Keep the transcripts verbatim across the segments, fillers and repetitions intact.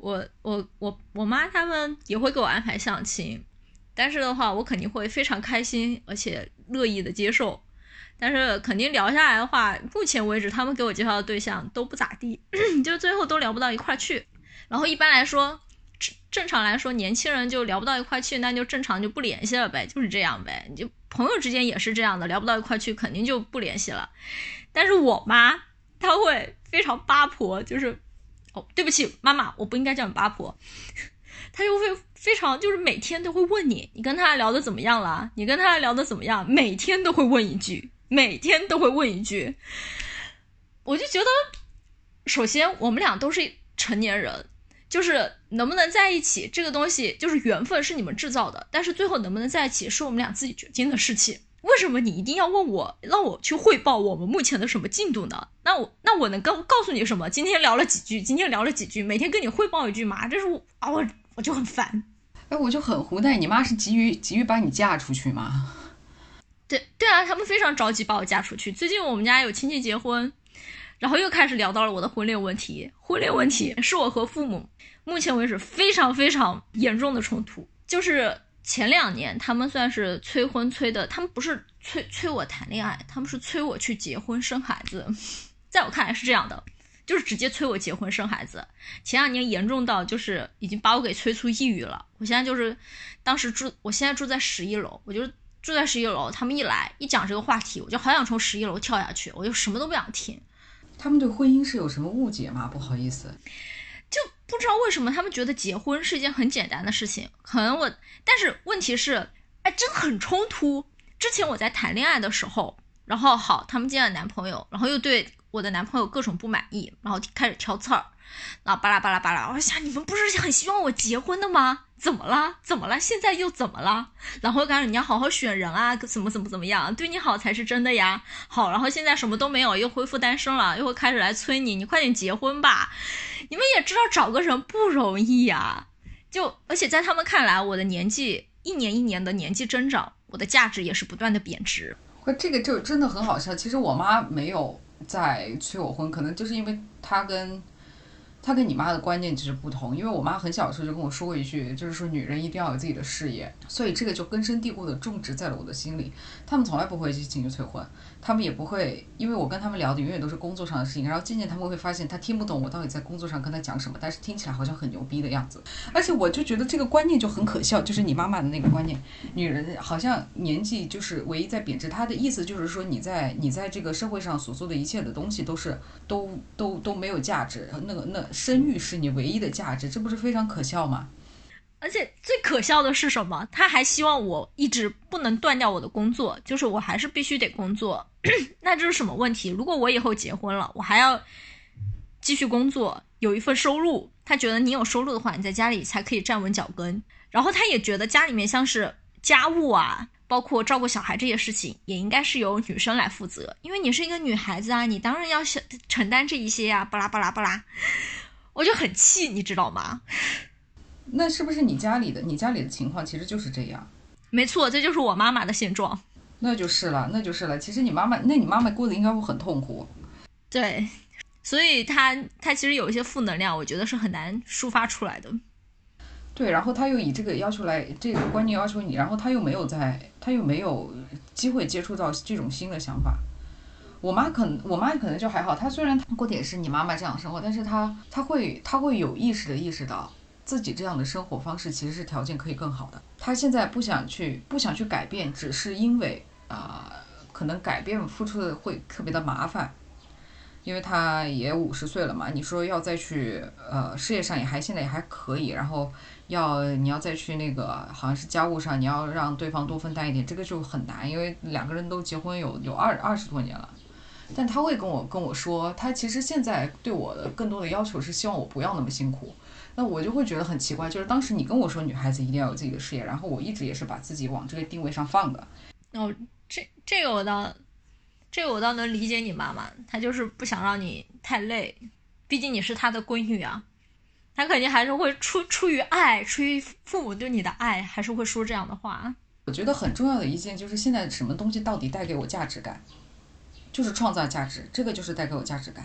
我我我我妈他们也会给我安排相亲，但是的话我肯定会非常开心而且乐意的接受，但是肯定聊下来的话，目前为止他们给我介绍的对象都不咋地就最后都聊不到一块去。然后一般来说正常来说年轻人就聊不到一块去，那就正常就不联系了呗，就是这样呗。你就朋友之间也是这样的，聊不到一块去肯定就不联系了。但是我妈她会非常八婆，就是哦对不起妈妈，我不应该叫你八婆，她就会非常就是每天都会问你你跟他聊的怎么样了，你跟他聊的怎么样，每天都会问一句，每天都会问一句。我就觉得首先我们俩都是成年人，就是能不能在一起这个东西就是缘分是你们制造的，但是最后能不能在一起是我们俩自己决定的事情。为什么你一定要问我让我去汇报我们目前的什么进度呢？那我那我能告告诉你什么？今天聊了几句，今天聊了几句，每天跟你汇报一句嘛，这是我啊我我就很烦。 哎，我就很无奈，你妈是急于急于把你嫁出去吗？ 对对啊，他们非常着急把我嫁出去。最近我们家有亲戚结婚，然后又开始聊到了我的婚恋问题。婚恋问题是我和父母目前为止非常非常严重的冲突。就是前两年他们算是催婚催的，他们不是催催我谈恋爱，他们是催我去结婚生孩子。在我看来是这样的，就是直接催我结婚生孩子。前两年严重到就是已经把我给催出抑郁了。我现在就是当时住，我现在住在十一楼，我就住在十一楼，他们一来一讲这个话题，我就好想从十一楼跳下去，我就什么都不想听。 他们对婚姻是有什么误解吗？不好意思， 就不知道为什么他们觉得结婚是一件很简单的事情，可能我，但是问题是，哎，真很冲突。之前我在谈恋爱的时候，然后好，他们见了男朋友，然后又对我的男朋友各种不满意，然后开始挑刺儿，然后巴拉巴拉巴拉，我想你们不是很希望我结婚的吗？怎么了？怎么了？现在又怎么了？然后感觉你要好好选人啊，怎么怎么怎么样，对你好才是真的呀。好，然后现在什么都没有，又恢复单身了，又会开始来催你，你快点结婚吧。你们也知道找个人不容易呀，就而且在他们看来，我的年纪一年一年的年纪增长，我的价值也是不断的贬值。 这个就真的很好笑。其实我妈没有在催我婚，可能就是因为她跟她跟你妈的观念其实不同。因为我妈很小的时候就跟我说过一句，就是说女人一定要有自己的事业，所以这个就根深蒂固的种植在了我的心里。他们从来不会去进行催婚，他们也不会，因为我跟他们聊的永远都是工作上的事情，然后渐渐他们会发现他听不懂我到底在工作上跟他讲什么，但是听起来好像很牛逼的样子。而且我就觉得这个观念就很可笑，就是你妈妈的那个观念，女人好像年纪就是唯一在贬值。她的意思就是说你在你在这个社会上所做的一切的东西都是都都都没有价值，那个那生育是你唯一的价值，这不是非常可笑吗？ 而且最可笑的是什么？他还希望我一直不能断掉我的工作，就是我还是必须得工作。那这是什么问题？如果我以后结婚了，我还要继续工作，有一份收入，他觉得你有收入的话，你在家里才可以站稳脚跟。然后他也觉得家里面像是家务啊，包括照顾小孩这些事情，也应该是由女生来负责，因为你是一个女孩子啊，你当然要承担这一些啊，巴拉巴拉巴拉。我就很气，你知道吗？ 那是不是你家里的你家里的情况其实就是这样？ 没错，这就是我妈妈的现状。 那就是了，那就是了。其实你妈妈，那你妈妈过得应该会很痛苦。 对，所以她她其实有一些负能量，我觉得是很难抒发出来的。 对，然后他又以这个要求来，这个观念要求你，然后他又没有在，他又没有机会接触到这种新的想法。我妈可能，我妈可能就还好，她虽然过得也是你妈妈这样的生活，但是她她会她会有意识的意识到自己这样的生活方式其实是条件可以更好的。她现在不想去不想去改变，只是因为啊、呃，可能改变付出的会特别的麻烦。因为他也五十岁了嘛，你说要再去呃事业上也还现在也还可以，然后要你要再去那个好像是家务上你要让对方多分担一点，这个就很难，因为两个人都结婚有有二二十多年了。但他会跟我跟我说，他其实现在对我的更多的要求是希望我不要那么辛苦。那我就会觉得很奇怪，就是当时你跟我说女孩子一定要有自己的事业，然后我一直也是把自己往这个定位上放的。 哦，这这个我倒。这个我倒能理解你妈妈，她就是不想让你太累，毕竟你是她的闺女啊，她肯定还是会出出于爱，出于父母对你的爱，还是会说这样的话。 我觉得很重要的一件就是现在什么东西到底带给我价值感，就是创造价值，这个就是带给我价值感。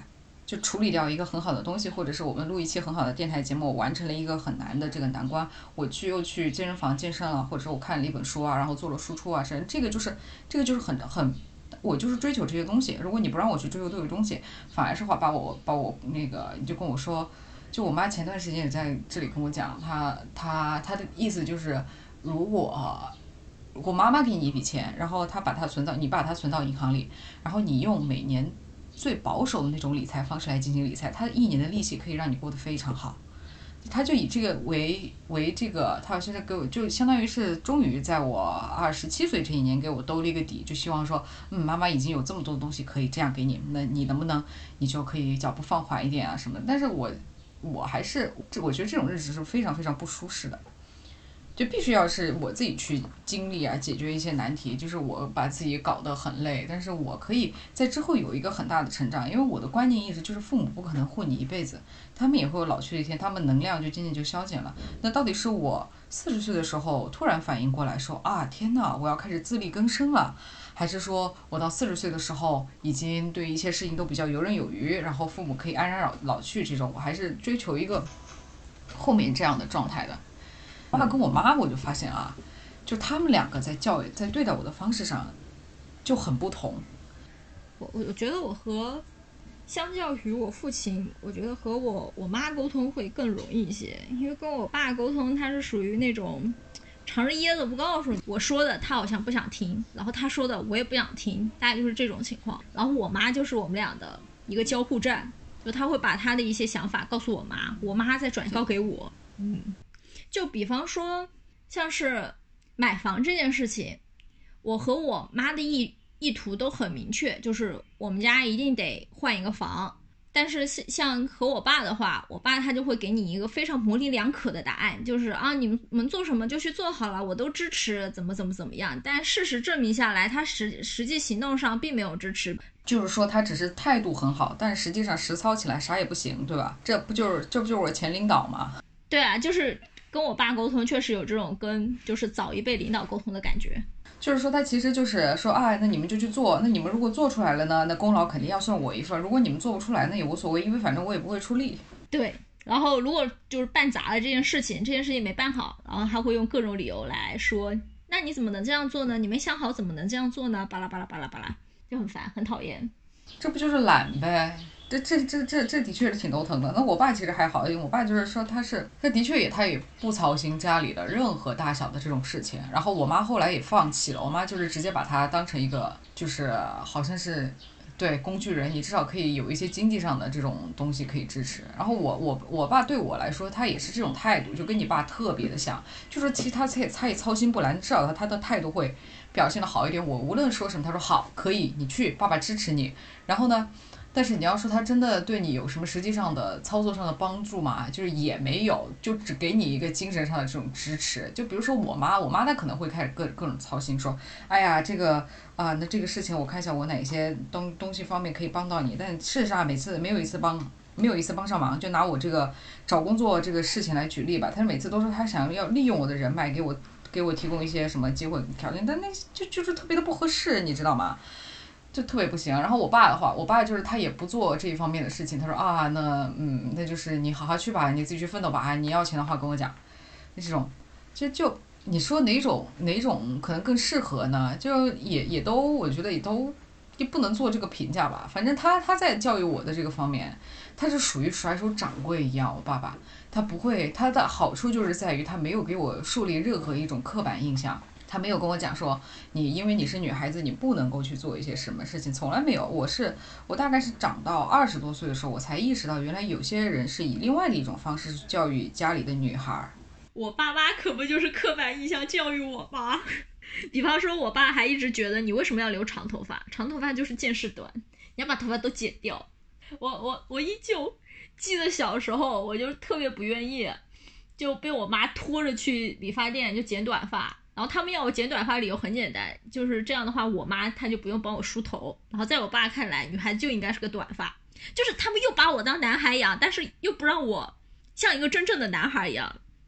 就处理掉一个很好的东西，或者是我们录一期很好的电台节目，我完成了一个很难的这个难关，我去又去健身房健身了，或者是我看了一本书啊，然后做了输出啊，甚至这个就是这个就是很很，我就是追求这些东西。如果你不让我去追求这个东西，反而是话把我把我那个你就跟我说，就我妈前段时间也在这里跟我讲，她她她的意思就是，如果我妈妈给你一笔钱，然后她把它存到你把它存到银行里，然后你用每年最保守的那种理财方式来进行理财，它一年的利息可以让你过得非常好。他就以这个为为这个，他现在给我就相当于是终于在我二十七岁这一年给我兜了一个底，就希望说，嗯，妈妈已经有这么多的东西可以这样给你，那你能不能你就可以脚步放缓一点啊什么的？但是我我还是我觉得这种日子是非常非常不舒适的。就必须要是我自己去经历啊，解决一些难题，就是我把自己搞得很累，但是我可以在之后有一个很大的成长，因为我的观念意识就是父母不可能护你一辈子，他们也会有老去的一天，他们能量就渐渐就消减了。那到底是我四十岁的时候突然反应过来说啊，天哪，我要开始自力更生了，还是说我到四十岁的时候已经对一些事情都比较游刃有余，然后父母可以安然老老去这种，我还是追求一个后面这样的状态的。爸爸跟我妈，我就发现啊，就他们两个在教育、在对待我的方式上就很不同。 我我觉得我和相较于我父亲，我觉得和我我妈沟通会更容易一些，因为跟我爸沟通，他是属于那种藏着掖着不告诉你，我说的他好像不想听，然后他说的我也不想听，大概就是这种情况。然后我妈就是我们俩的一个交互站，就他会把他的一些想法告诉我妈，我妈再转交给我。嗯。就比方说像是买房这件事情，我和我妈的意意图都很明确，就是我们家一定得换一个房。但是像和我爸的话，我爸他就会给你一个非常模棱两可的答案，就是啊你们你们做什么就去做好了，我都支持，怎么怎么怎么样。但事实证明下来，他实实际行动上并没有支持， 就是说他只是态度很好，但实际上实操起来啥也不行，对吧？这不就是这不就是我前领导吗？ 对啊，就是跟我爸沟通确实有这种跟就是早一辈领导沟通的感觉， 就是说他其实就是说啊，那你们就去做，那你们如果做出来了呢，那功劳肯定要算我一份，如果你们做不出来那也无所谓，因为反正我也不会出力。 对，然后如果就是办砸了这件事情，这件事情没办好，然后他会用各种理由来说，那你怎么能这样做呢？你没想好怎么能这样做呢？巴拉巴拉巴拉巴拉，就很烦很讨厌。 这不就是懒呗？这这这这这的确是挺头疼的。那我爸其实还好，因为我爸就是说他是他的确也他也不操心家里的任何大小的这种事情。然后我妈后来也放弃了，我妈就是直接把他当成一个就是好像是对工具人，你至少可以有一些经济上的这种东西可以支持。然后我我我爸对我来说他也是这种态度，就跟你爸特别的像，就是其实他他也他也操心不来，至少他他的态度会表现的好一点。我无论说什么，他说好可以，你去，爸爸支持你。然后呢？但是你要说他真的对你有什么实际上的操作上的帮助嘛？就是也没有，就只给你一个精神上的这种支持。就比如说我妈，我妈她可能会开始各各种操心，说，哎呀，这个啊、呃，那这个事情我看一下我哪些东东西方面可以帮到你。但事实上每次没有一次帮，没有一次帮上忙。就拿我这个找工作这个事情来举例吧，她每次都说她想要利用我的人脉给我给我提供一些什么机会条件，但那就就是特别的不合适，你知道吗？就特别不行。然后我爸的话，我爸就是他也不做这一方面的事情。他说啊，那嗯，那就是你好好去吧，你自己去奋斗吧。啊，你要钱的话跟我讲。那这种，就就你说哪种哪种可能更适合呢？就也也都我觉得也都也不能做这个评价吧。反正他他在教育我的这个方面，他是属于甩手掌柜一样。我爸爸他不会，他的好处就是在于他没有给我树立任何一种刻板印象。他没有跟我讲说你因为你是女孩子你不能够去做一些什么事情，从来没有。我是我大概是长到二十多岁的时候，我才意识到原来有些人是以另外的一种方式教育家里的女孩。 我爸妈可不就是刻板印象教育我吗？比方说我爸还一直觉得你为什么要留长头发，长头发就是见识短，你要把头发都剪掉。我我我依旧记得小时候我就特别不愿意，就被我妈拖着去理发店就剪短发。然后他们要我剪短发理由很简单，就是这样的话我妈她就不用帮我梳头，然后在我爸看来女孩子就应该是个短发，就是他们又把我当男孩养，但是又不让我像一个真正的男孩一样，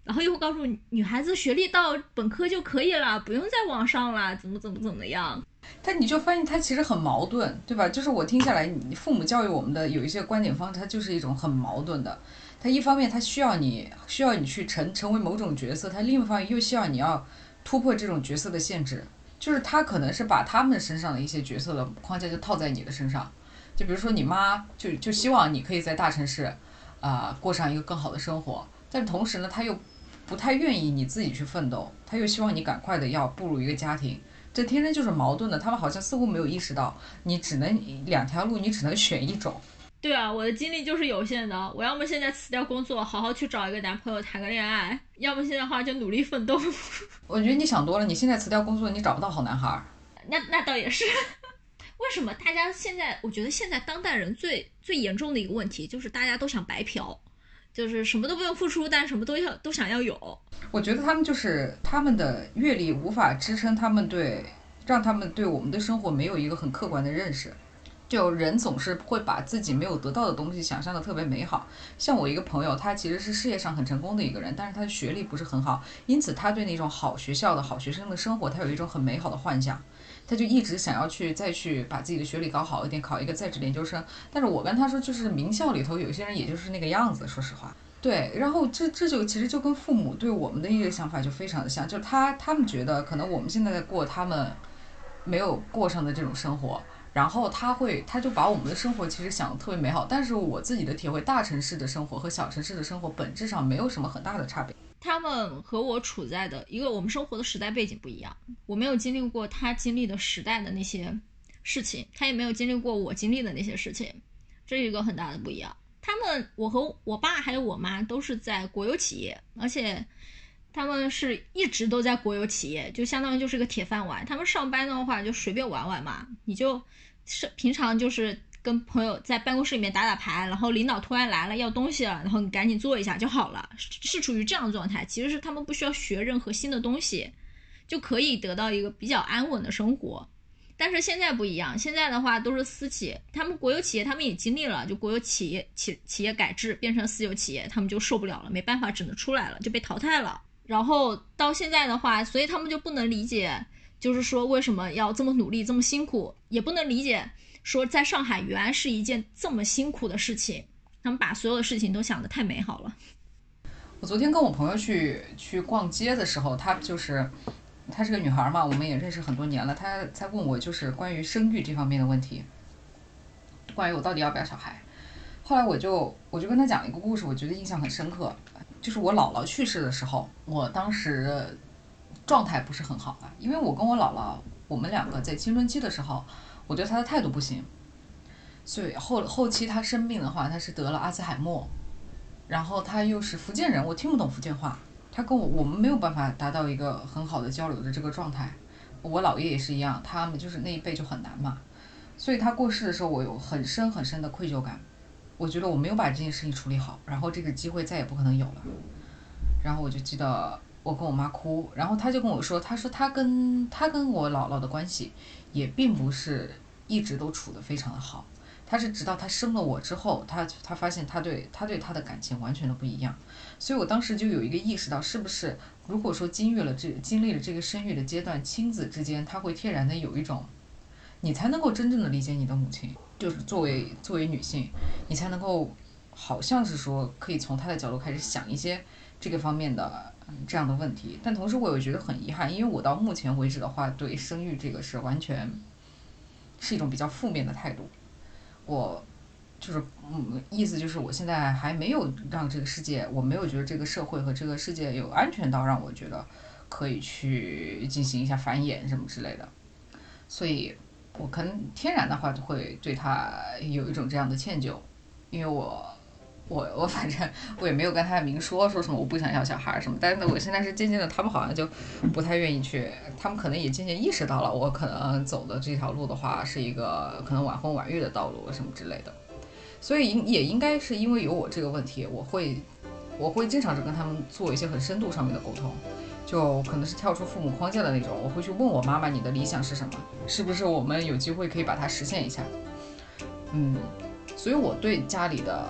然后又会告诉你女孩子学历到本科就可以了，不用再往上了，怎么怎么怎么样。 但你就发现他其实很矛盾，对吧？就是我听下来，你父母教育我们的有一些观点方式，它就是一种很矛盾的。他一方面他需要你需要你去成成为某种角色，他另一方面又希望你要突破这种角色的限制。就是他可能是把他们身上的一些角色的框架就套在你的身上，就比如说你妈就就希望你可以在大城市，啊、呃、过上一个更好的生活，但同时呢，他又不太愿意你自己去奋斗，他又希望你赶快的要步入一个家庭，这天生就是矛盾的。他们好像似乎没有意识到，你只能两条路，你只能选一种。 对啊，我的精力就是有限的，我要么现在辞掉工作，好好去找一个男朋友谈个恋爱，要么现在的话就努力奋斗。 我觉得你想多了，你现在辞掉工作，你找不到好男孩。 那那倒也是。为什么大家现在，我觉得现在当代人最最严重的一个问题就是大家都想白嫖，就是什么都不用付出，但什么都要都想要有。 我觉得他们就是他们的阅历无法支撑他们对，让他们对我们的生活没有一个很客观的认识。就人总是会把自己没有得到的东西想象的特别美好。像我一个朋友，他其实是事业上很成功的一个人，但是他的学历不是很好，因此他对那种好学校的好学生的生活，他有一种很美好的幻想，他就一直想要去再去把自己的学历搞好一点，考一个在职研究生。但是我跟他说，就是名校里头有些人也就是那个样子，说实话。对，然后这这就其实就跟父母对我们的一个想法就非常的像，就是他他们觉得可能我们现在在过他们没有过上的这种生活。然后他会，他就把我们的生活其实想得特别美好，但是我自己的体会，大城市的生活和小城市的生活本质上没有什么很大的差别。 他们和我处在的一个我们生活的时代背景不一样，我没有经历过他经历的时代的那些事情，他也没有经历过我经历的那些事情，这是一个很大的不一样。他们，我和我爸还有我妈都是在国有企业，而且他们是一直都在国有企业，就相当于就是个铁饭碗。他们上班的话就随便玩玩嘛，你就是平常就是跟朋友在办公室里面打打牌，然后领导突然来了要东西了，然后你赶紧做一下就好了，是处于这样的状态。其实是他们不需要学任何新的东西，就可以得到一个比较安稳的生活。但是现在不一样，现在的话都是私企，他们国有企业他们也经历了，就国有企业企企业改制变成私有企业，他们就受不了了，没办法只能出来了，就被淘汰了。然后到现在的话，所以他们就不能理解，就是说为什么要这么努力这么辛苦，也不能理解说在上海原来是一件这么辛苦的事情，他们把所有的事情都想得太美好了。 我昨天跟我朋友去去逛街的时候，她就是她是个女孩嘛，我们也认识很多年了，她在问我就是关于生育这方面的问题，关于我到底要不要小孩。后来我就我就跟她讲了一个故事，我觉得印象很深刻，就是我姥姥去世的时候，我当时状态不是很好的，因为我跟我姥姥我们两个在青春期的时候，我对她的态度不行，所以后后期她生病的话，她是得了阿兹海默，然后她又是福建人，我听不懂福建话，她跟我我们没有办法达到一个很好的交流的这个状态。我姥爷也是一样，他们就是那一辈就很难嘛，所以他过世的时候，我有很深很深的愧疚感，我觉得我没有把这件事情处理好，然后这个机会再也不可能有了。然后我就记得我跟我妈哭，然后她就跟我说，她说她跟她跟我姥姥的关系也并不是一直都处得非常的好，她是直到她生了我之后，她她发现她对她对她的感情完全的不一样。所以我当时就有一个意识到，是不是如果说经历了这经历了这个生育的阶段，亲子之间她会天然的有一种，你才能够真正的理解你的母亲，就是作为作为女性，你才能够好像是说可以从她的角度开始想一些这个方面的、嗯、这样的问题。但同时我又觉得很遗憾，因为我到目前为止的话，对生育这个是完全是一种比较负面的态度。我就是嗯，意思就是我现在还没有让这个世界，我没有觉得这个社会和这个世界有安全到让我觉得可以去进行一下繁衍什么之类的，所以我可能天然的话就会对他有一种这样的歉疚，因为我我我反正我也没有跟他明说说什么我不想要小孩什么，但是我现在是渐渐的，他们好像就不太愿意去，他们可能也渐渐意识到了我可能走的这条路的话是一个可能晚婚晚育的道路什么之类的。所以也应该是因为有我这个问题，我会我会经常是跟他们做一些很深度上面的沟通，就可能是跳出父母框架的那种，我会去问我妈妈，你的理想是什么，是不是我们有机会可以把它实现一下。嗯，所以我对家里的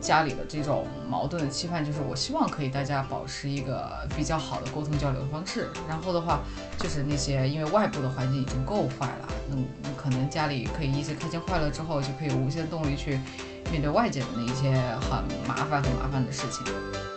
家里的这种矛盾的期盼，就是我希望可以大家保持一个比较好的沟通交流方式。然后的话，就是那些因为外部的环境已经够坏了，嗯，可能家里可以一直开心快乐之后，就可以无限动力去面对外界的那一些很麻烦很麻烦的事情。